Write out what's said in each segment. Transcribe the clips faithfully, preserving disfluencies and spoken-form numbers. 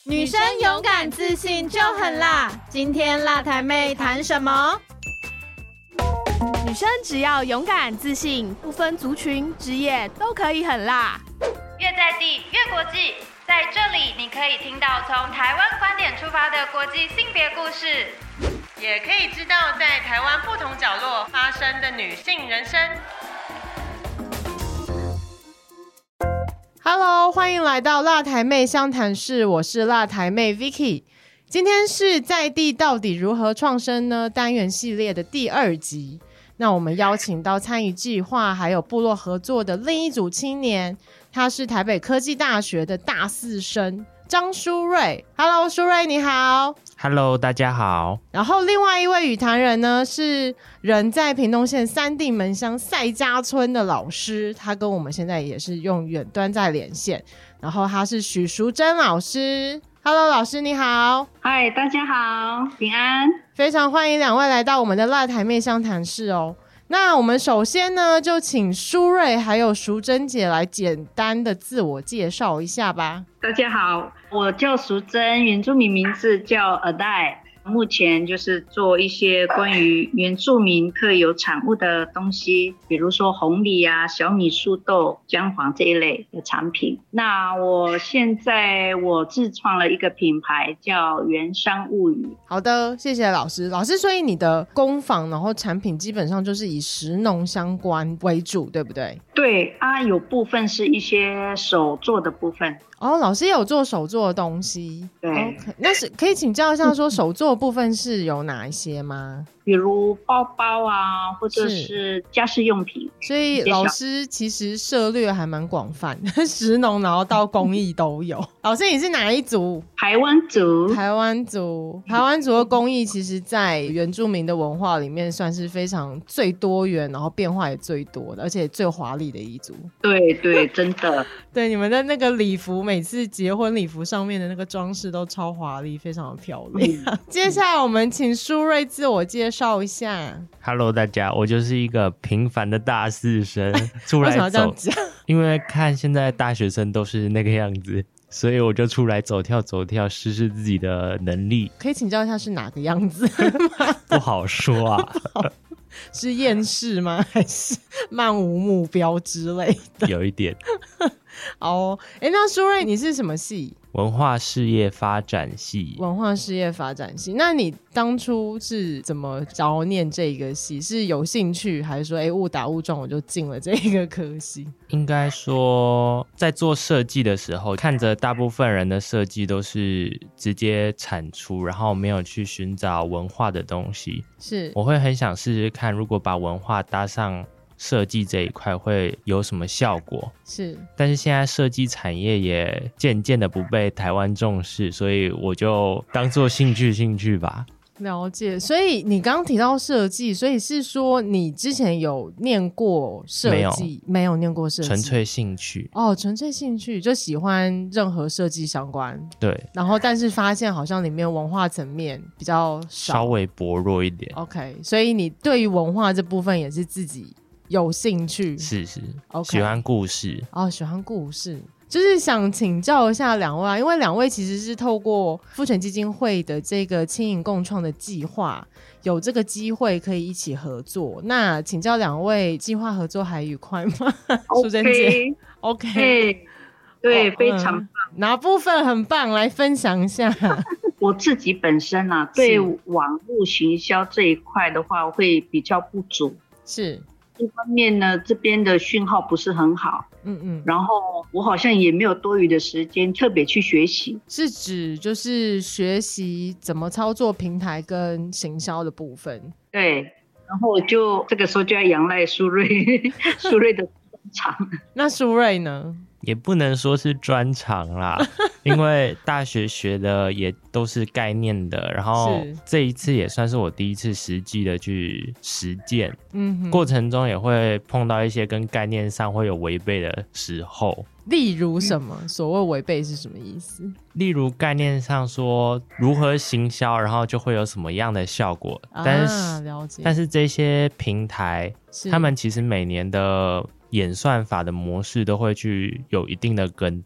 女生勇敢自信就很辣。今天辣台妹谈什么？ 女生只要勇敢自信，不分族群、职业都可以很辣。 越在地越国际，在这里你可以听到从台湾观点出发的国际性别故事， 也可以知道在台湾不同角落发生的女性人生。 Hello， 欢迎来到辣台妹相谈室，我是辣台妹 Vicky。今天是在地到底如何创生呢单元系列的第二集。那我们邀请到参与计划还有部落合作的另一组青年，他是台北科技大学的大四生张舒瑞。Hello， 舒瑞你好。 Hello， 大家好。 然后另外一位语坛人呢，是人在屏东县三地门乡赛家村的老师，他跟我们现在也是用远端在连线。然后他是许淑珍老师。Hello， 老师你好。 嗨，大家好，平安。 非常欢迎两位来到我们的辣台妹相谈室哦。那我们首先呢，就请舒瑞还有淑珍姐来简单的自我介绍一下吧。 大家好，我叫淑珍，原住民名字叫 Aday， 目前就是做一些关于原住民特有产物的东西，比如说红藜啊、小米树豆、姜黄这一类的产品。那我现在我自创了一个品牌叫原山物语。 好的，谢谢老师。老师，所以你的工坊然后产品基本上就是以食农相关为主，对不对？ 对啊，有部分是一些手做的部分。 哦，老师也有做手做的东西。 对、 okay， 那是可以请教一下说手做的部分是有哪一些吗？ 比如包包啊，或者是家饰用品。 所以老师其实涉猎还蛮广泛的，食农然后到工艺都有。老师你是哪一族？ 台湾族。 台湾族。台湾族的工艺其实在原住民的文化里面算是非常最多元，然后变化也最多的，而且最华丽的一族。 对对，真的。 对，你们的那个礼服，每次结婚礼服上面的那个装饰都超华丽，非常的漂亮。嗯、接下来我们请舒瑞自我介绍一下。 Hello， 大家，我就是一个平凡的大四生，出来走。为什么要这样讲？因为看现在大学生都是那个样子，所以我就出来走跳走跳，试试自己的能力。 可以请教一下是哪个样子吗？ 不好说啊。 是厌世吗？还是漫无目标之类的？ 有一点。 哦，哎，那舒瑞你是什么系？ 文化事业发展系。 文化事业发展系。那你当初是怎么着念这个系？是有兴趣，还是说哎误打误撞我就进了这个科系？ 应该说在做设计的时候，看着大部分人的设计都是直接产出，然后没有去寻找文化的东西。 是， 我会很想试试看，如果把文化搭上设计这一块会有什么效果。 是， 但是现在设计产业也渐渐的不被台湾重视，所以我就当做兴趣兴趣吧。 了解。所以你刚刚提到设计，所以是说你之前有念过设计？没有，没有念过设计， 纯粹兴趣。 哦，纯粹兴趣，就喜欢任何设计相关。 对。 然后但是发现好像里面文化层面比较少， 稍微薄弱一点。 OK， 所以你对于文化这部分也是自己有兴趣。 是是、 okay， 喜欢故事。 哦，喜欢故事。就是想请教一下两位啊，因为两位其实是透过父权基金会的这个轻盈共创的计划，有这个机会可以一起合作。那请教两位，计划合作还愉快吗？淑珍姐 OK， 对, 对、哦、非常棒、 嗯。哪部分很棒？来分享一下。 我自己本身啊，对网络行销这一块的话会比较不足。 是。 一方面呢，这边的讯号不是很好， 嗯嗯， 然后我好像也没有多余的时间特别去学习。 是指就是学习怎么操作平台跟行销的部分。 对，然后我就这个时候就要仰赖舒瑞，舒瑞的专长。 那舒瑞呢？ 也不能说是专长啦，因为大学学的也都是概念的，然后这一次也算是我第一次实际的去实践，嗯，过程中也会碰到一些跟概念上会有违背的时候。 例如什么？所谓违背是什么意思？ 例如概念上说如何行销，然后就会有什么样的效果， 啊、 但是了解。 但是这些平台他们其实每年的演算法的模式都会去有一定的更动，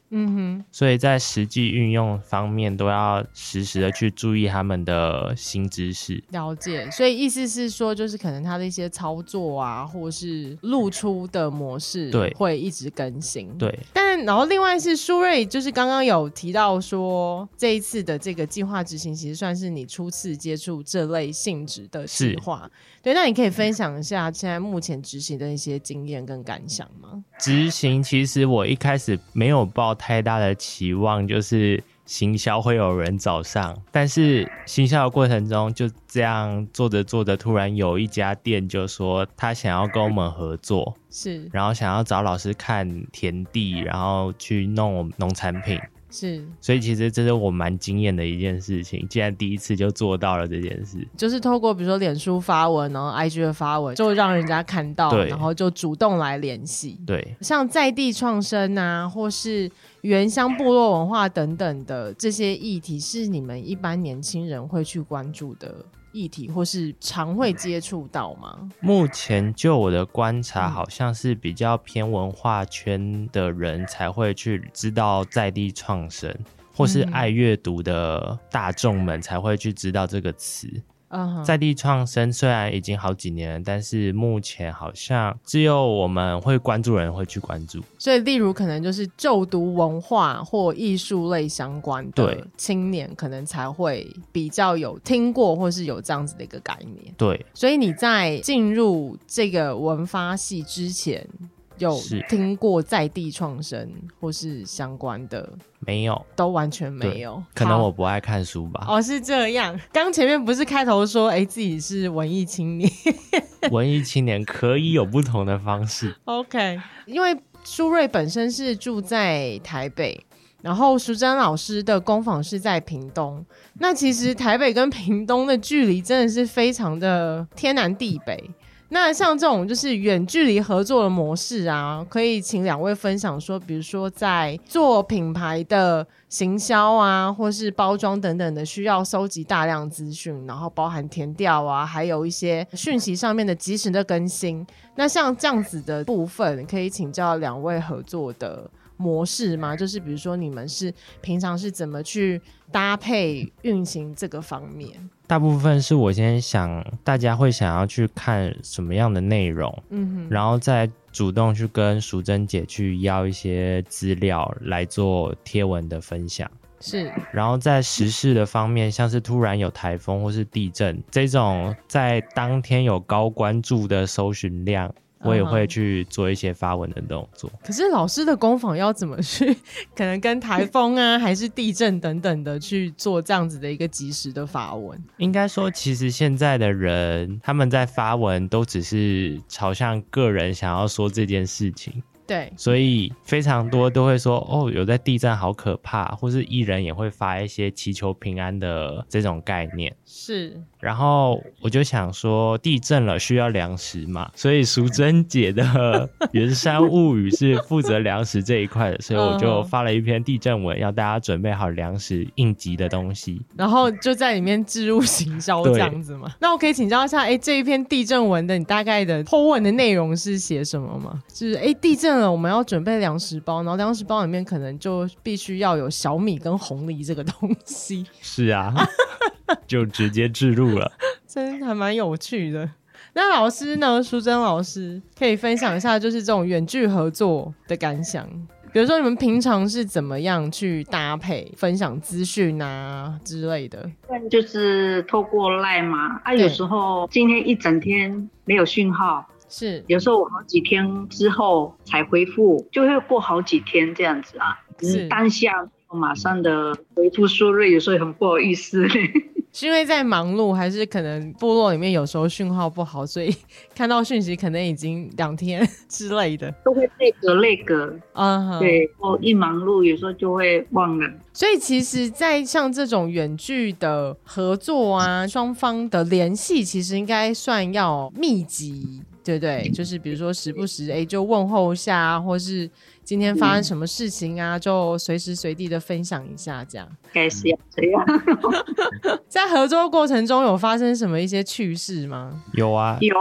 嗯哼，所以在实际运用方面都要时时的去注意他们的新知识。 了解，所以意思是说就是可能他的一些操作啊或是露出的模式对会一直更新。 对， 但然后另外是舒瑞就是刚刚有提到说这一次的这个计划执行其实算是你初次接触这类性质的计划，对，那你可以分享一下现在目前执行的一些经验跟感想吗？ 执行其实我一开始没有抱太大的期望，就是行销会有人找上，但是行销的过程中就这样做着做着，突然有一家店就说他想要跟我们合作，是，然后想要找老师看田地，然后去弄我们农产品。是，所以其实这是我蛮惊艳的一件事情，既然第一次就做到了这件事， 就是透过比如说脸书发文，然后 I G 的发文，就让人家看到，然后就主动来联系。对，像在地创生啊，或是原乡部落文化等等的这些议题，是你们一般年轻人会去关注的议题，或是常会接触到吗？ 目前就我的观察，好像是比较偏文化圈的人才会去知道在地创生，或是爱阅读的大众们才会去知道这个词。Uh-huh. 在地创生虽然已经好几年了，但是目前好像只有我们会关注的人会去关注， 所以例如可能就是就读文化或艺术类相关的青年可能才会比较有听过或是有这样子的一个概念。对，所以你在进入这个文发系之前有听过在地创生或是相关的？ 没有， 都完全没有。 可能我不爱看书吧。 哦，是这样。刚前面不是开头说哎，自己是文艺青年文艺青年可以有不同的方式。 OK， 因为舒瑞本身是住在台北，然后淑珍老师的工坊是在屏东，那其实台北跟屏东的距离真的是非常的天南地北。那像这种就是远距离合作的模式啊，可以请两位分享说，比如说在做品牌的行销啊，或是包装等等的，需要收集大量资讯，然后包含田调啊，还有一些讯息上面的及时的更新。那像这样子的部分，可以请教两位合作的模式吗？就是比如说你们是平常是怎么去搭配运行这个方面？ 大部分是我先想大家会想要去看什么样的内容，嗯哼，然后再主动去跟淑珍姐去要一些资料来做贴文的分享。是，然后在时事的方面，像是突然有台风或是地震这种在当天有高关注的搜寻量，我也会去做一些发文的动作。 可是老师的工坊要怎么去可能跟台风啊还是地震等等的去做这样子的一个及时的发文？ 应该说其实现在的人他们在发文都只是朝向个人想要说这件事情，对，所以非常多都会说哦，有在地震好可怕，或是艺人也会发一些祈求平安的这种概念。是，然后我就想说地震了需要粮食嘛，所以淑珍姐的圆山物语是负责粮食这一块的，所以我就发了一篇地震文，要大家准备好粮食应急的东西， 然后就在里面置入行销这样子嘛。那我可以请教一下，哎，这一篇地震文的你大概的 po 文的内容是写什么吗？就是哎，地震了我们要准备粮食包，然后粮食包里面可能就必须要有小米跟红梨这个东西。 是啊就直接置入了， 真的还蛮有趣的。那老师呢，淑珍老师可以分享一下就是这种远距合作的感想，比如说你们平常是怎么样去搭配分享资讯啊之类的？ 就是透过 LINE 嘛，啊有时候今天一整天没有讯号，是有时候我好几天之后才回复，就会过好几天这样子啊。是当下马上的回复舒瑞，有时候也很不好意思是因为在忙碌，还是可能部落里面有时候讯号不好，所以看到讯息可能已经两天之类的， 都会累格累格啊。对，我一忙碌有时候就会忘了。 所以其实在像这种远距的合作啊，双方的联系其实应该算要密集，对不对？就是比如说时不时哎就问候一下，或是今天发生什么事情啊、嗯、就随时随地的分享一下，这样该是要这样在合作过程中有发生什么一些趣事吗？ 有啊， 有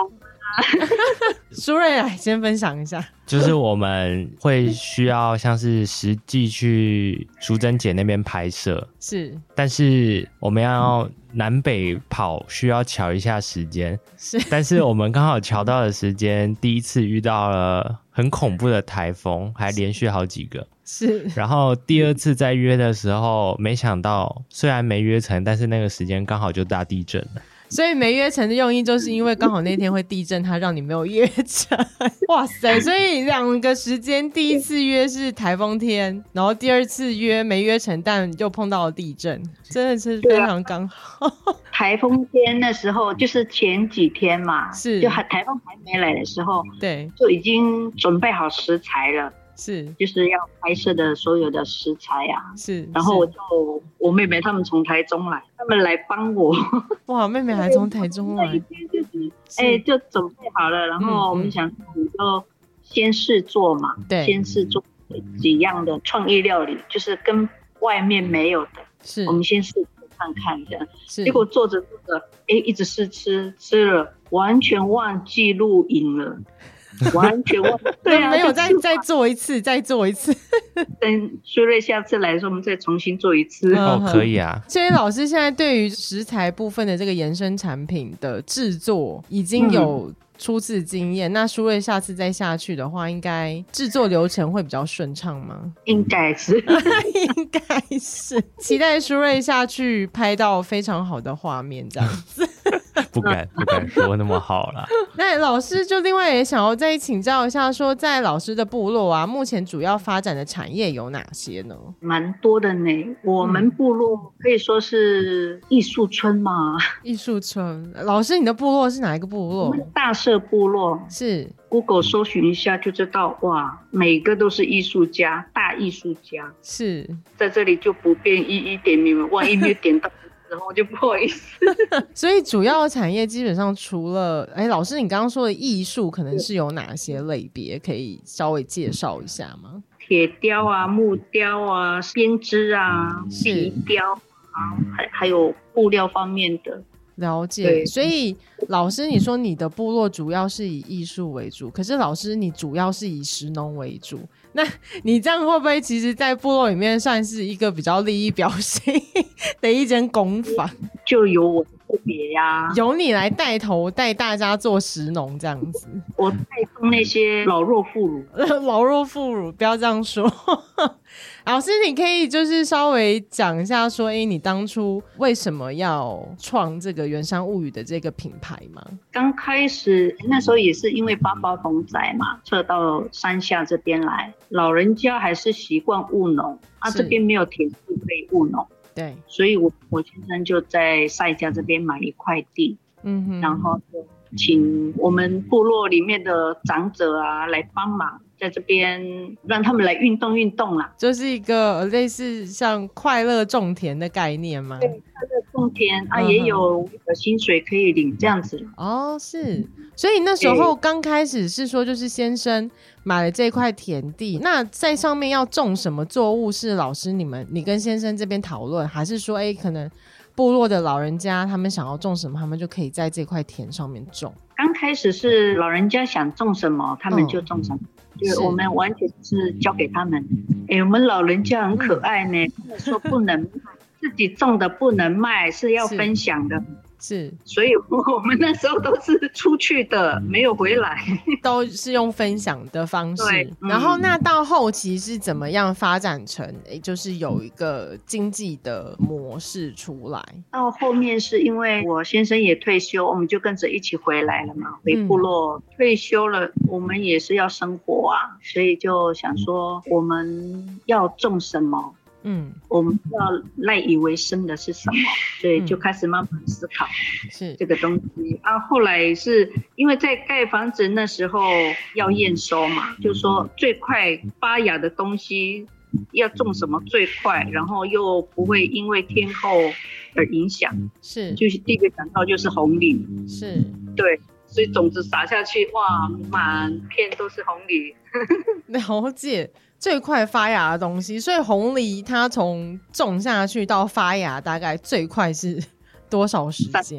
舒瑞来先分享一下。 就是我们会需要像是实际去淑珍姐那边拍摄， 是， 但是我们要南北跑，需要瞧一下时间， 是， 但是我们刚好瞧到的时间，第一次遇到了很恐怖的台风，还连续好几个。 是， 然后第二次再约的时候，没想到虽然没约成，但是那个时间刚好就大地震了。 所以没约成的用意就是因为刚好那天会地震，它让你没有约成。哇塞！所以两个时间，第一次约是台风天，然后第二次约没约成，但又碰到了地震，真的是非常刚好。啊、 台风天那时候就是前几天嘛， 是就台风还没来的时候， 对， 就已经准备好食材了。 是， 就是要拍摄的所有的食材啊， 是， 然后我就我妹妹他们从台中来，他们来帮我。 哇，妹妹还从台中来， 就是哎、欸，就准备好了，然后我们想你就先试做嘛，对、嗯，先试做几样的创意料理，就是跟外面没有的，是，我们先试看看的。结果做着做着，哎、欸，一直试吃吃了，完全忘记录影了。完全忘了， 对啊，没有再再做一次，再做一次。 等舒瑞下次来的时候，我们再重新做一次。 哦，可以啊。 所以老师现在对于食材部分的这个延伸产品的制作已经有初次经验，嗯、那舒瑞下次再下去的话，应该制作流程会比较顺畅吗？ 应该是， 应该是。期待舒瑞下去拍到非常好的画面，这样子。 不敢不敢说那么好啦。 那老师就另外也想要再请教一下，说在老师的部落啊，目前主要发展的产业有哪些呢？ 蛮多的呢，我们部落可以说是艺术村嘛。 艺术村，老师你的部落是哪一个部落？ 我们大社部落。 是 Google 搜寻一下就知道，哇，每个都是艺术家，大艺术家。 是， 在这里就不便一一点名，万一没有点到然后就不好意思。 所以主要产业基本上除了哎，老师你刚刚说的艺术可能是有哪些类别可以稍微介绍一下吗？ 铁雕啊，木雕啊，编织啊，皮雕啊，还还有布料方面的。 了解。所以老师你说你的部落主要是以艺术为主，可是老师你主要是以食农为主，那你这样会不会其实在部落里面算是一个比较利益表现的一间工坊？ 就由我特别呀、啊， 由你来带头带大家做食农这样子。 我带动那些老弱妇孺。 老弱妇孺不要这样说。老师你可以就是稍微讲一下说，哎，你当初为什么要创这个原山物语的这个品牌吗？ 刚开始那时候也是因为八八风灾嘛，撤到山下这边来，老人家还是习惯务农啊，这边没有田地可以务农， 对， 所以我我先生就在赛家这边买一块地，嗯哼，然后就请我们部落里面的长者啊来帮忙，在这边让他们来运动运动啦， 就是一个类似像快乐种田的概念吗？ 对，快乐种田啊、嗯，也有薪水可以领这样子。 哦，是，所以那时候刚开始是说，就是先生买了这块田地，那在上面要种什么作物？是老师你们你跟先生这边讨论，还是说，哎，可能部落的老人家他们想要种什么，他们就可以在这块田上面种？ 刚开始是老人家想种什么，他们就种什么。嗯，就是我们完全是交给他们。哎、欸，我们老人家很可爱呢，他们说不能卖，自己种的不能卖，是要分享的。 是， 所以我们那时候都是出去的，没有回来， 都是用分享的方式。 对，嗯、 然后那到后期是怎么样发展成，欸、就是有一个经济的模式出来？ 到后面是因为我先生也退休，我们就跟着一起回来了嘛，回部落、嗯、退休了，我们也是要生活啊，所以就想说我们要种什么。嗯，我们要赖以为生的是什么？所以就开始慢慢思考是这个东西、嗯、啊。后来是因为在盖房子那时候要验收嘛，就是说最快发芽的东西要种什么最快，然后又不会因为天候而影响。是，就是第一个想到就是红藜，是，对，所以种子撒下去，哇，满片都是红藜。 了解。最快发芽的东西，所以红藜它从种下去到发芽大概最快是多少时间？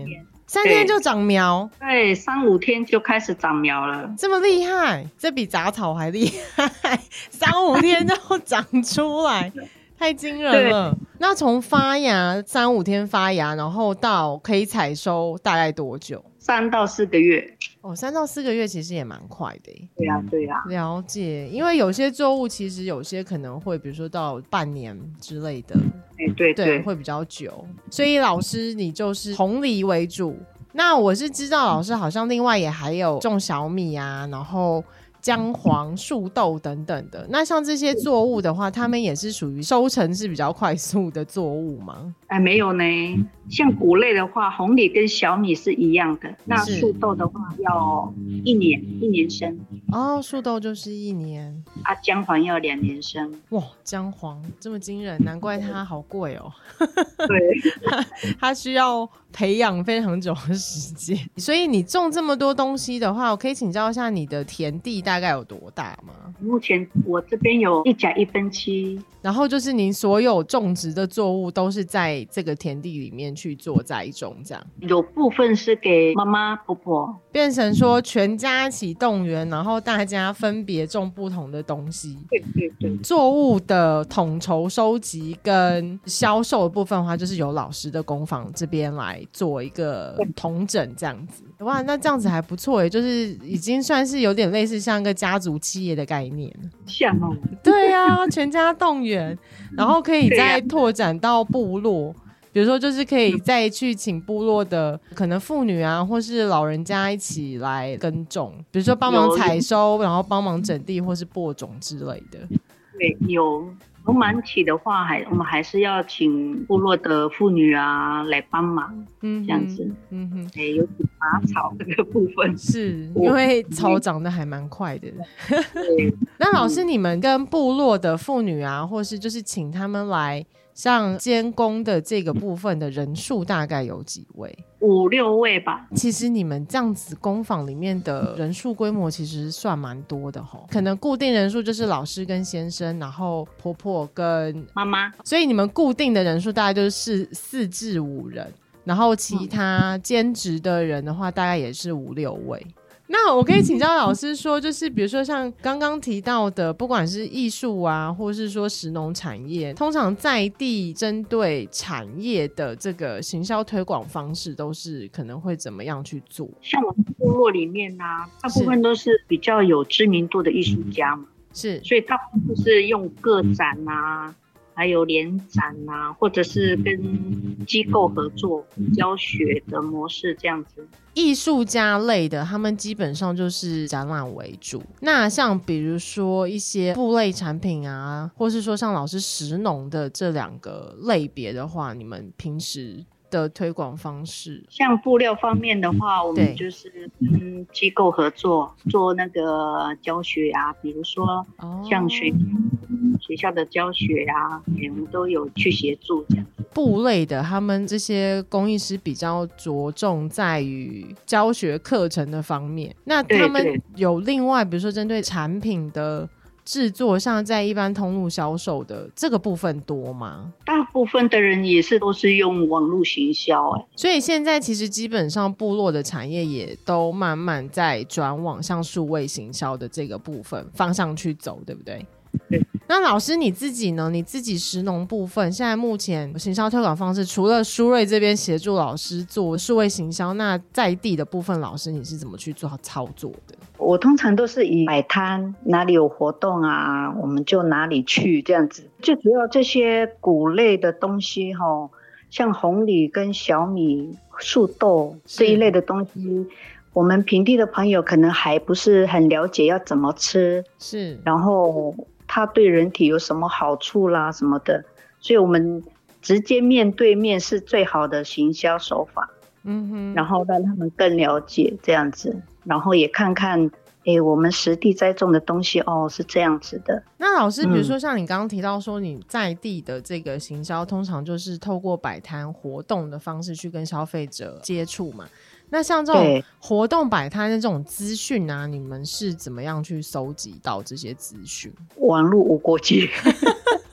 三天就长苗？ 对，三五天就开始长苗了， 这么厉害，这比杂草还厉害，三五天就长出来。太惊人了！那从发芽三五天发芽，然后到可以采收大概多久？ 三到四个月。 哦，三到四个月其实也蛮快的。 对呀、啊，对呀、啊。 了解，因为有些作物其实有些可能会，比如说到半年之类的， 欸、对 对, 对，会比较久。所以老师你就是红藜为主。那我是知道老师好像另外也还有种小米啊，然后姜黄、树豆等等的。那像这些作物的话，他们也是属于收成是比较快速的作物吗？ 哎，没有呢。像谷类的话，红藜跟小米是一样的。那树豆的话要一年一年生。 哦，树豆就是一年。 啊，姜黄要两年生。 哇，姜黄这么惊人，难怪它好贵哦。 对， 它需要培养非常久的时间。所以你种这么多东西的话，我可以请教一下你的田地大概有多大吗？ 目前我这边有一甲一分七。 然后就是您所有种植的作物都是在这个田地里面去做栽种，这样？ 有部分是给妈妈婆婆， 变成说全家一起动员，然后大家分别种不同的东西。 对对对。 作物的统筹收集跟销售的部分的话，就是由老师的工坊这边来做一个统整，这样子。哇，那这样子还不错耶，就是已经算是有点类似像一个家族企业的概念。 像哦。 对啊，全家动员，然后可以再拓展到部落。比如说就是可以再去请部落的可能妇女啊或是老人家一起来耕种，比如说帮忙采收，然后帮忙整地或是播种之类的。 对，有农忙期的话还我们还是要请部落的妇女啊来帮忙，嗯，这样子。嗯哼，欸、尤其拔草这个部分， 是因为草长得还蛮快的。那老师，你们跟部落的妇女啊或是就是请他们来像监工的这个部分的人数大概有几位？ 五六位吧。 其实你们这样子工坊里面的人数规模其实算蛮多的齁，可能固定人数就是老师跟先生，然后婆婆跟妈妈， 所以你们固定的人数大概就是四至五人，然后其他兼职的人的话大概也是五六位。那我可以请教老师说，就是比如说像刚刚提到的，不管是艺术啊，或是说食农产业，通常在地针对产业的这个行销推广方式，都是可能会怎么样去做？ 像我们部落里面啊，大部分都是比较有知名度的艺术家嘛， 是， 所以大部分都是用个展啊。还有联展啊，或者是跟机构合作教学的模式这样子。 艺术家类的他们基本上就是展览为主，那像比如说一些布类产品啊，或是说像老师食农的这两个类别的话，你们平时的推广方式？ 像布料方面的话，我们就是跟机构合作做那个教学啊，比如说像学、哦、学校的教学啊，我们都有去协助这样。 布类的他们这些工艺师比较着重在于教学课程的方面，那他们有另外比如说针对产品的制作，像在一般通路销售的这个部分多吗？ 大部分的人也是都是用网络行销、欸、 所以现在其实基本上部落的产业也都慢慢在转往像数位行销的这个部分方向去走，对不对？ 对。 那老师你自己呢？你自己食农部分现在目前行销推广方式，除了舒瑞这边协助老师做数位行销，那在地的部分老师你是怎么去做操作的？ 我通常都是以摆摊，哪里有活动啊我们就哪里去这样子。最主要这些谷类的东西齁，像红藜跟小米、树豆这一类的东西，我们平地的朋友可能还不是很了解要怎么吃，是，然后它对人体有什么好处啦什么的，所以我们直接面对面是最好的行销手法。嗯哼，然后让他们更了解这样子，然后也看看诶我们实地栽种的东西哦是这样子的。 那老师比如说像你刚刚提到说你在地的这个行销、嗯、通常就是透过摆摊活动的方式去跟消费者接触嘛，那像这种活动摆摊的这种资讯啊，你们是怎么样去搜集到这些资讯？ 网络无国界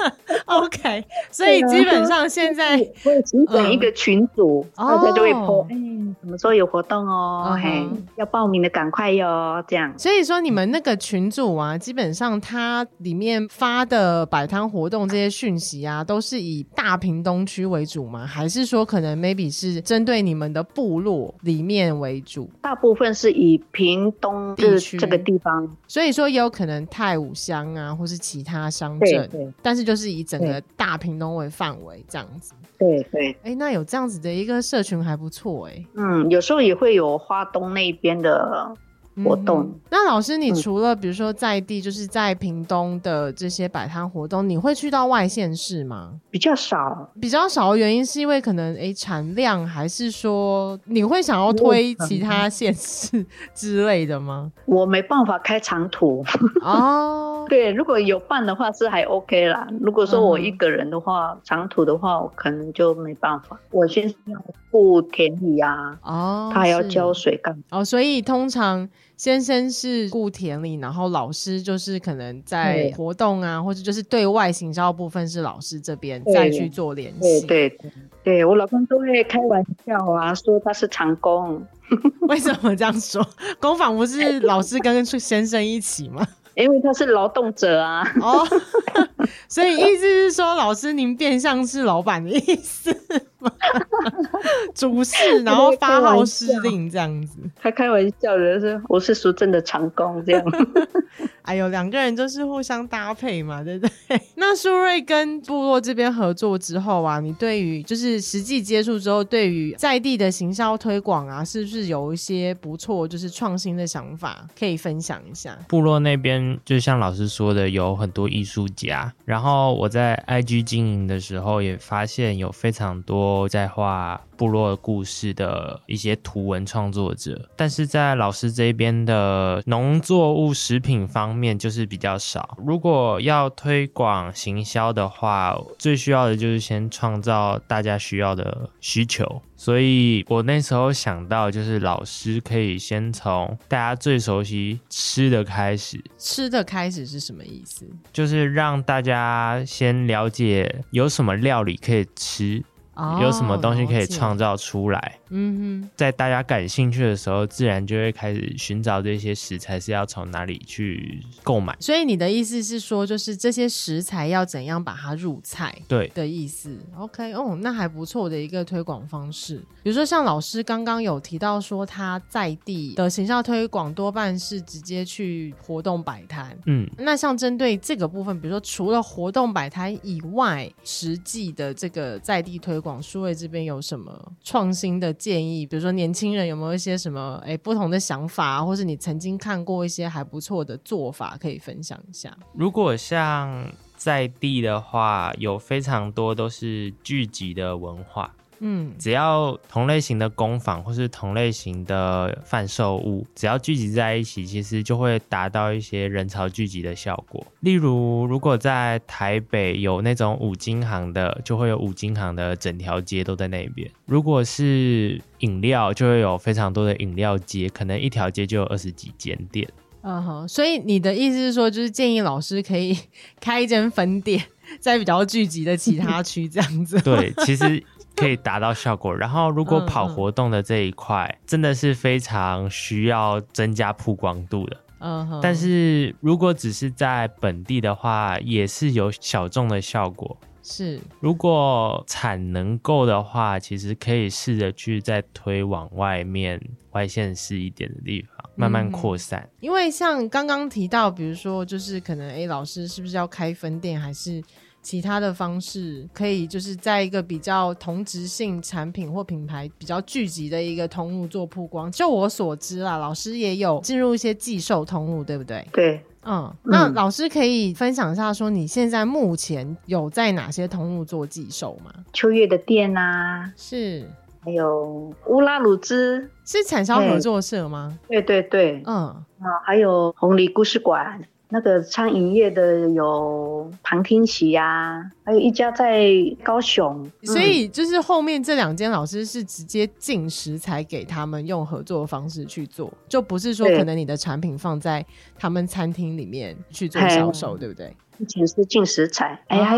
OK， 所以基本上现在会形成一个群组、嗯、大家就会 po 哎、欸、什什么时候有活动哦， uh-huh. 嘿，要报名的赶快哟，这样。 所以说你们那个群组啊，基本上它里面发的摆摊活动这些讯息啊，都是以大屏东区为主吗？还是说可能 maybe 是针对你们的部落里面为主？ 大部分是以屏东地区这个地方， 所以说也有可能太武乡啊，或是其他乡镇，但是就是以整个大屏东为范围这样子。 对对， 哎、欸，那有这样子的一个社群还不错哎、欸。 嗯，有时候也会有花东那边的活动、嗯、 那老师你除了比如说在地就是在屏东的这些摆摊活动，你会去到外县市吗？ 比较少比较少的原因是因为可能诶产量，还是说你会想要推其他县市之类的吗？ 我没办法开长途哦。对，如果有伴的话是还 OK 啦，如果说我一个人的话、嗯、长途的话我可能就没办法，我先要顾田里啊，哦，他还要浇水干哦，所以通常先生是顾田里，然后老师就是可能在活动啊，或者就是对外行销部分是老师这边再去做联系。 对对 对, 对，我老公都会开玩笑啊，说他是长工。 为什么这样说？工坊不是老师跟先生一起吗？ 因为他是劳动者啊。 哦，所以意思是说老师您变相是老板的意思吗？主事然后发号施令这样子。 他开玩笑的是我是淑珍的长工这样。 哎呦，两个人就是互相搭配嘛，对不对？那舒瑞跟部落这边合作之后啊，你对于就是实际接触之后，对于在地的行销推广啊，是不是有一些不错就是创新的想法可以分享一下？ 部落那边就像老师说的，有很多艺术家，然后我在 I G 经营的时候也发现有非常多在画部落故事的一些图文创作者，但是在老师这边的农作物食品方面就是比较少。如果要推广行销的话，最需要的就是先创造大家需要的需求，所以我那时候想到就是老师可以先从大家最熟悉吃的开始。 吃的开始是什么意思？ 就是让大家先了解有什么料理可以吃，哦，有什么东西可以创造出来。嗯哼，在大家感兴趣的时候，自然就会开始寻找这些食材是要从哪里去购买。 所以你的意思是说，就是这些食材要怎样把它入菜， 对的意思。OK， 哦，那还不错的一个推广方式。比如说像老师刚刚有提到说，他在地的行销推广多半是直接去活动摆摊。嗯，那像针对这个部分，比如说除了活动摆摊以外，实际的这个在地推广，舒瑞这边有什么创新的建议？比如说年轻人有没有一些什么诶不同的想法，啊，或是你曾经看过一些还不错的做法可以分享一下？ 如果像在地的话，有非常多都是聚集的文化。嗯，只要同类型的工坊或是同类型的贩售物，只要聚集在一起，其实就会达到一些人潮聚集的效果。例如，如果在台北有那种五金行的，就会有五金行的整条街都在那边。如果是饮料，就会有非常多的饮料街，可能一条街就有二十几间店。 嗯哼，所以你的意思是说，就是建议老师可以开一间分店，在比较聚集的其他区这样子。 对，其实可以达到效果。然后如果跑活动的这一块，嗯嗯，真的是非常需要增加曝光度的。嗯，但是如果只是在本地的话，也是有小众的效果。 是， 如果产能够的话，其实可以试着去再推往外面外县市一点的地方，慢慢扩散。 嗯，因为像刚刚提到，比如说就是可能诶老师是不是要开分店，还是其他的方式可以就是在一个比较同质性产品或品牌比较聚集的一个通路做曝光。就我所知啦，老师也有进入一些寄售通路，对不对？ 对。 嗯，那老师可以分享一下说你现在目前有在哪些通路做寄售吗？ 秋月的店啊， 是， 还有乌拉鲁兹， 是产销合作社吗？ 对对对，嗯，啊，还有红梨故事馆。那个餐饮业的有旁听席啊，还有一家在高雄。 所以就是后面这两间老师是直接进食材给他们，用合作的方式去做，就不是说可能你的产品放在他们餐厅里面去做销售， 对, 对不对？ 以前是进食材，哎、啊，还有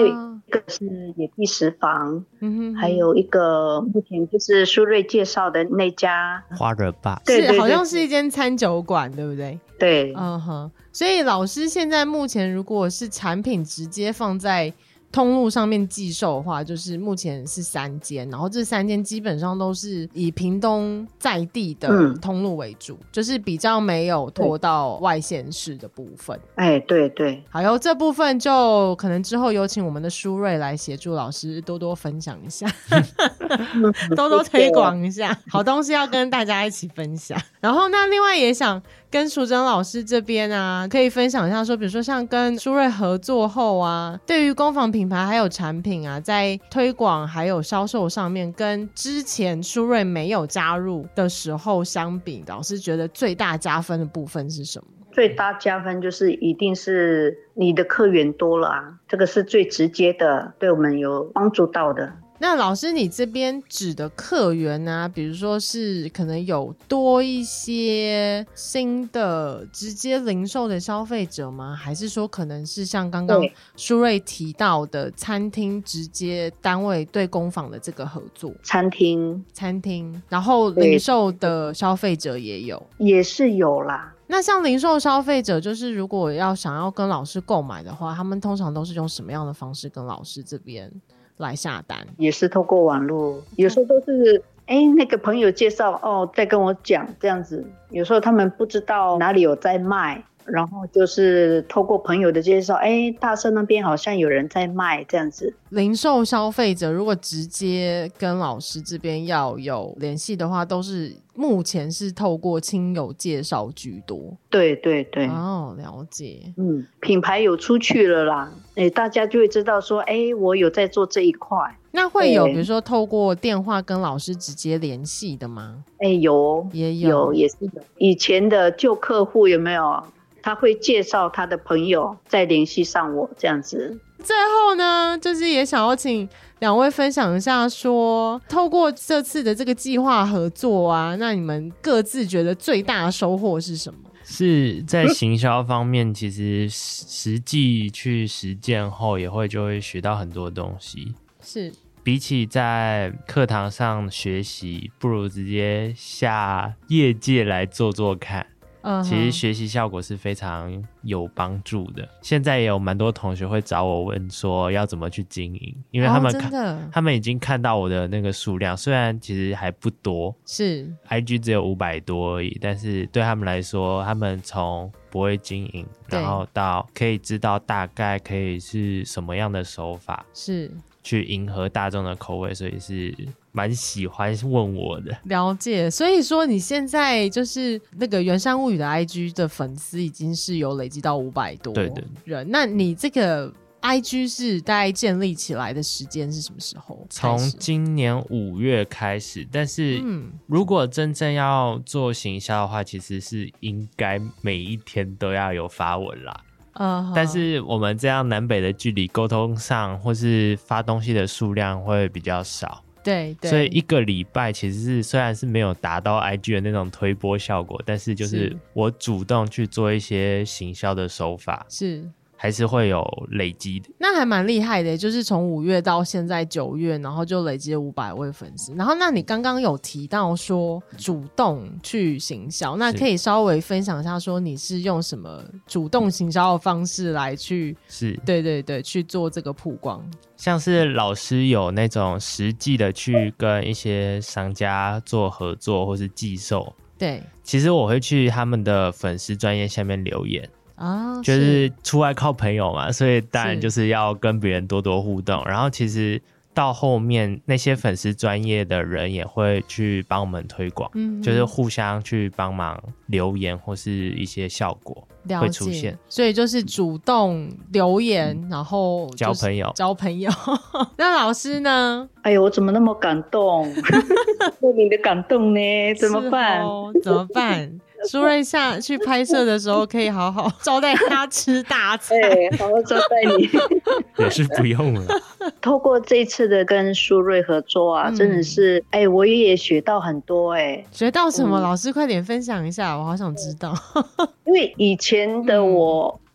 一个是野地食房，嗯哼哼，还有一个目前就是舒瑞介绍的那家花惹吧， 对对对，好像是一间餐酒馆，对不对？ 对， 嗯哼。所以老师现在目前如果是产品直接放在通路上面寄售的话，就是目前是三间，然后这三间基本上都是以屏东在地的通路为主，嗯、就是比较没有拖到外县市的部分。 哎，对对， 好哟，这部分就可能之后有请我们的舒瑞来协助老师多多分享一下，多多推广一下，好东西要跟大家一起分享。然后那另外也想跟淑珍老师这边啊，可以分享一下说，比如说像跟舒瑞合作后啊，对于工坊品牌还有产品啊，在推广还有销售上面，跟之前舒瑞没有加入的时候相比，老师觉得最大加分的部分是什么？ 最大加分就是一定是你的客源多了啊，这个是最直接的，对我们有帮助到的。 那老师你这边指的客源啊，比如说是可能有多一些新的直接零售的消费者吗？还是说可能是像刚刚舒瑞提到的餐厅直接单位对工坊的这个合作？ 餐厅餐厅然后零售的消费者也有？ 也是有啦。 那像零售消费者，就是如果要想要跟老师购买的话，他们通常都是用什么样的方式跟老师这边来下单？ 也是透过网络，有时候都是哎、欸、那个朋友介绍哦，再跟我讲这样子。有时候他们不知道哪里有在卖，然后就是透过朋友的介绍，哎、欸，大社那边好像有人在卖这样子。 零售消费者如果直接跟老师这边要有联系的话，都是目前是透过亲友介绍居多。 对对对， 哦，了解。 嗯，品牌有出去了啦，哎、欸，大家就会知道说，哎、欸，我有在做这一块。 那会有比如说透过电话跟老师直接联系的吗？ 哎、欸，有， 也有， 有也是有。以前的旧客户有没有？他会介绍他的朋友再联系上我这样子。 最后呢，就是也想要请两位分享一下说，透过这次的这个计划合作啊，那你们各自觉得最大的收获是什么？ 是在行销方面，其实实际去实践后也会就会学到很多东西。 是比起在课堂上学习，不如直接下业界来做做看。Uh-huh. 其实学习效果是非常有帮助的。现在也有蛮多同学会找我问说要怎么去经营，因为他们看、oh, 真的他们已经看到我的那个数量，虽然其实还不多， 是 I G 只有五百多而已，但是对他们来说，他们从不会经营，然后到可以知道大概可以是什么样的手法， 是去迎合大众的口味，所以是蛮喜欢问我的。 了解，所以说你现在就是那个圆山物语的 I G 的粉丝已经是有累积到五百多人。对对，那你这个 I G 是大概建立起来的时间是什么时候？ 从今年五月开始，但是如果真正要做行销的话，其实是应该每一天都要有发文啦。Uh-huh. 但是我们这样南北的距离，沟通上或是发东西的数量会比较少， 对对， 所以一个礼拜其实是虽然是没有达到 I G 的那种推播效果，但是就是我主动去做一些行销的手法， 是还是会有累积的。 那还蛮厉害的，就是从五月到现在九月，然后就累积了五百位粉丝。然后那你刚刚有提到说主动去行销，那可以稍微分享一下说你是用什么主动行销的方式来去是对对对去做这个曝光？ 像是老师有那种实际的去跟一些商家做合作或是寄售， 对， 其实我会去他们的粉丝专页下面留言啊， 就是出来靠朋友嘛，所以当然就是要跟别人多多互动。然后其实到后面那些粉丝专业的人也会去帮我们推广，嗯，就是互相去帮忙留言或是一些效果会出现。 所以就是主动留言，嗯，然后交朋友， 交朋友。那老师呢？ 哎呦，我怎么那么感动？莫名的感动呢？怎么办？ 哦，怎么办？舒瑞下去拍摄的时候可以好好招待他吃大餐， 对，好好招待你。 也是不用了。 透过这一次的跟舒瑞合作啊，嗯，真的是，哎，我也学到很多。哎， 学到什么？嗯，老师快点分享一下，我好想知道。 因为以前的我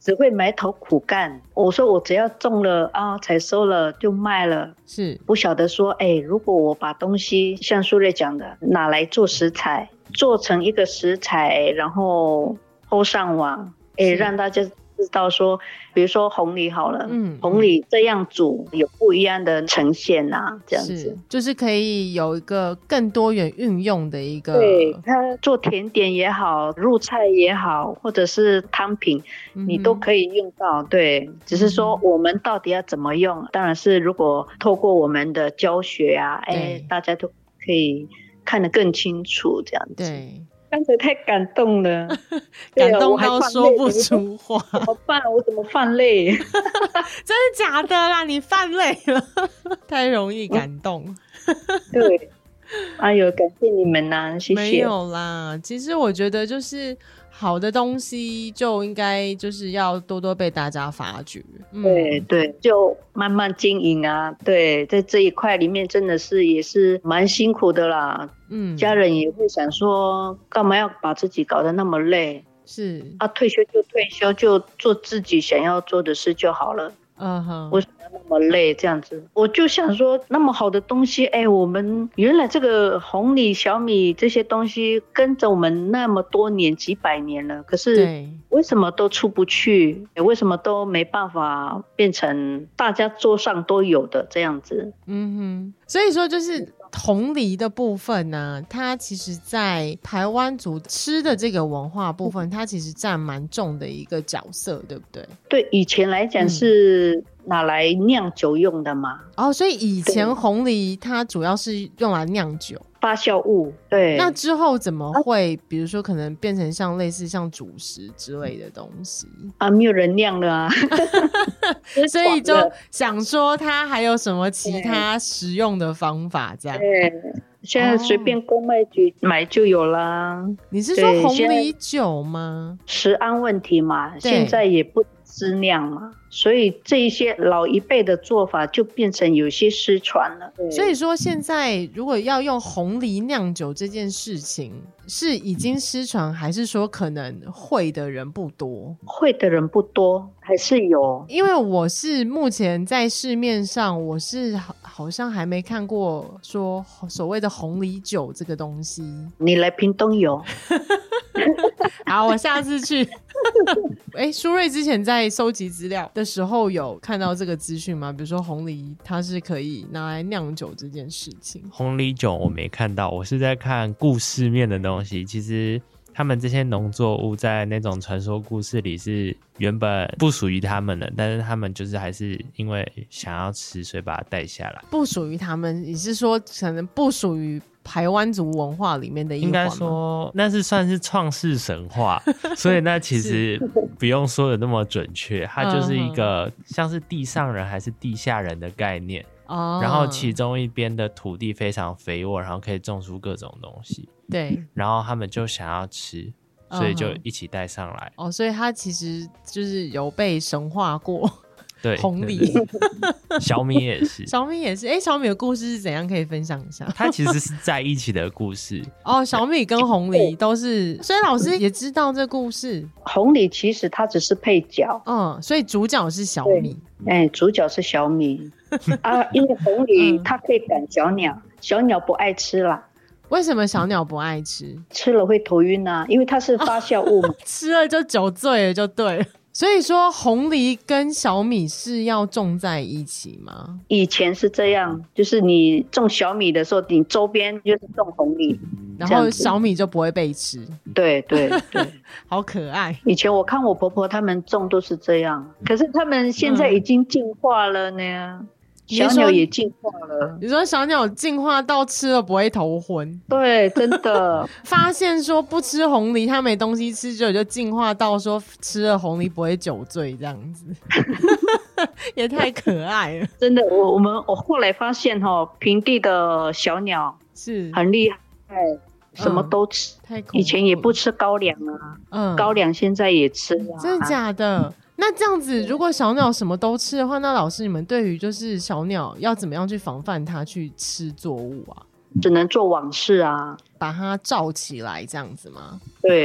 只会埋头苦干。我说我只要种了啊，采收了就卖了， 是不晓得说，哎，如果我把东西像苏芮讲的，拿来做食材，做成一个食材，然后抛上网，哎，让大家知道说，比如说红梨好了，嗯，红梨这样煮有不一样的呈现啊，这样子是就是可以有一个更多元运用的一个， 对，它做甜点也好，入菜也好，或者是汤品，嗯、你都可以用到。对，只是说我们到底要怎么用，嗯、当然是如果透过我们的教学啊，哎，大家都可以看得更清楚，这样子。 对。 刚才太感动了， 感动到说不出话， 怎么办？我怎么泛泪？ 真的假的啦？你泛泪了，太容易感动。 对，哎呦，感谢你们呐、啊，谢谢。 没有啦，其实我觉得就是好的东西就应该就是要多多被大家发掘。嗯、 对对，就慢慢经营啊。对，在这一块里面真的是也是蛮辛苦的啦。嗯，家人也会想说，干嘛要把自己搞得那么累？ 是啊，退休就退休，就做自己想要做的事就好了。嗯哼，为什么要那么累？这样子，我就想说，那么好的东西，哎，我们原来这个红梨、小米这些东西跟着我们那么多年、几百年了，可是为什么都出不去？为什么都没办法变成大家桌上都有的这样子？ 嗯哼，所以说就是红梨的部分呢、啊，它其实在台湾族吃的这个文化部分，它其实占蛮重的一个角色，对不对？ 对，以前来讲是拿来酿酒用的嘛。 哦，所以以前红梨它主要是用来酿酒。 发酵物，对。 那之后怎么会，比如说可能变成像类似像主食之类的东西啊？没有人酿了啊， 所以就想说它还有什么其他实用的方法这样。 对，现在随便公卖局买就有啦。 你是说红梨酒吗？ 食安问题嘛，现在也不私酿嘛，所以这一些老一辈的做法就变成有些失传了。 所以说现在如果要用红梨酿酒这件事情是已经失传，还是说可能会的人不多？ 会的人不多，还是有。 因为我是目前在市面上我是好像还没看过说所谓的红梨酒这个东西。 你来屏东有好，我下次去哎，舒芮之前在收集资料的时候有看到这个资讯吗？比如说红梨它是可以拿来酿酒这件事情。 红梨酒我没看到，我是在看故事面的东西。其实他们这些农作物在那种传说故事里是原本不属于他们的，但是他们就是还是因为想要吃所以把它带下来。 不属于他们，你是说可能不属于排湾族文化里面的一环吗？ 应该说那是算是创世神话所以那其实不用说的那么准确，它就是一个像是地上人还是地下人的概念、哦、然后其中一边的土地非常肥沃，然后可以种出各种东西， 对， 然后他们就想要吃，所以就一起带上来、 哦，所以它其实就是有被神化过。 对， 红梨小米也是小米也是。哎，小米的故事是怎样？可以分享一下？ 它其实是在一起的故事哦。小米跟红梨都是，所以老师也知道这故事。 红梨其实它只是配角， 嗯，所以主角是小米。 哎，主角是小米啊，因为红梨它可以赶小鸟、嗯、小鸟不爱吃啦。 为什么小鸟不爱吃？ 吃了会头晕啊，因为它是发酵物嘛、哦、 吃了就酒醉了就对了。所以说红梨跟小米是要种在一起吗？ 以前是这样，就是你种小米的时候你周边就是种红梨， 然后小米就不会被吃。 对对对好可爱。 以前我看我婆婆他们种都是这样，可是他们现在已经进化了呢、嗯，小鸟也进化了。 你说小鸟进化到吃了不会头昏？ 对，真的发现说不吃红梨它没东西吃，就就进化到说吃了红梨不会酒醉这样子也太可爱了。 真的，我我们我后来发现齁，平地的小鸟是很厉害，什么都吃、嗯、以前也不吃高粱啊，嗯，高粱现在也吃啊。 真的假的？那这样子如果小鸟什么都吃的话，那老师你们对于就是小鸟要怎么样去防范它去吃作物啊？ 只能做网室啊， 把它罩起来这样子吗？ 对，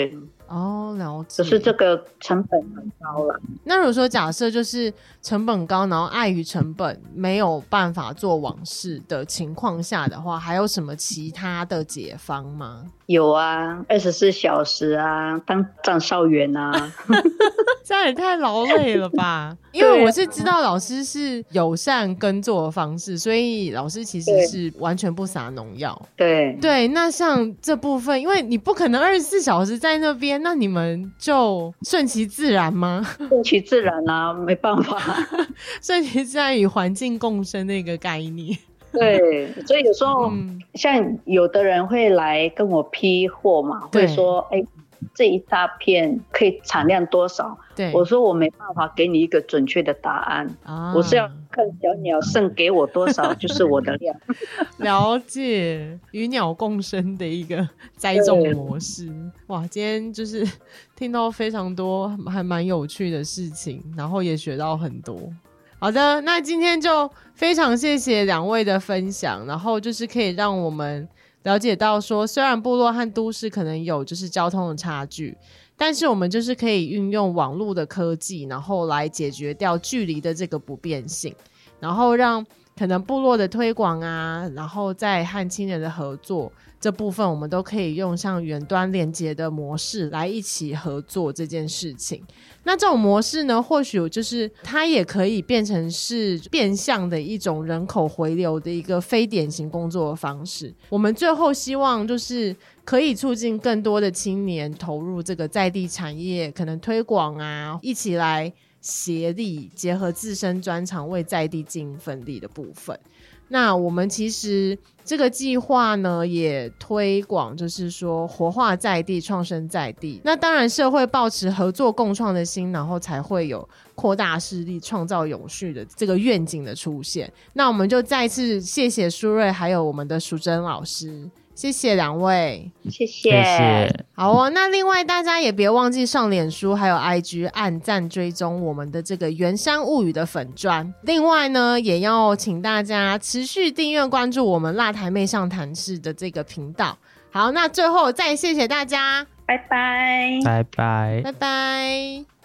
哦，了解。 只是这个成本很高了。 那如果说假设就是成本高，然后碍于成本没有办法做网视的情况下的话，还有什么其他的解方吗？ 有啊，二十四小时啊，当站哨员啊。 这样也太劳累了吧。因为我是知道老师是友善耕作的方式，所以老师其实是完全不撒农药。 对对，那像这部分，因为你不可能二十四小时在那边，那你们就顺其自然吗？ 顺其自然啊，没办法。 顺其自然与环境共生的一个概念。 对，所以有时候、嗯、像有的人会来跟我批货嘛，会说哎，这一大片可以产量多少？对，我说我没办法给你一个准确的答案，啊、我是要看小鸟剩给我多少就是我的量。 了解，与鸟共生的一个栽种模式。哇，今天就是听到非常多还蛮有趣的事情，然后也学到很多。好的，那今天就非常谢谢两位的分享，然后就是可以让我们了解到说，虽然部落和都市可能有就是交通的差距，但是我们就是可以运用网络的科技，然后来解决掉距离的这个不便性，然后让可能部落的推广啊，然后在和亲人的合作这部分，我们都可以用像远端连结的模式来一起合作这件事情。那这种模式呢，或许就是它也可以变成是变相的一种人口回流的一个非典型工作的方式。我们最后希望就是可以促进更多的青年投入这个在地产业，可能推广啊，一起来协力结合自身专长为在地尽份力的部分。那我们其实这个计划呢也推广就是说活化在地，创生在地。那当然社会抱持合作共创的心，然后才会有扩大势力创造永续的这个愿景的出现。那我们就再次谢谢舒瑞还有我们的淑珍老师，谢谢两位， 谢谢， 谢谢。 好哦，那另外大家也别忘记上脸书还有 I G 按赞追踪我们的这个圆山物语的粉专。另外呢，也要请大家持续订阅关注我们辣台妹上谈室的这个频道。好，那最后再谢谢大家， 拜拜， 拜拜， 拜拜。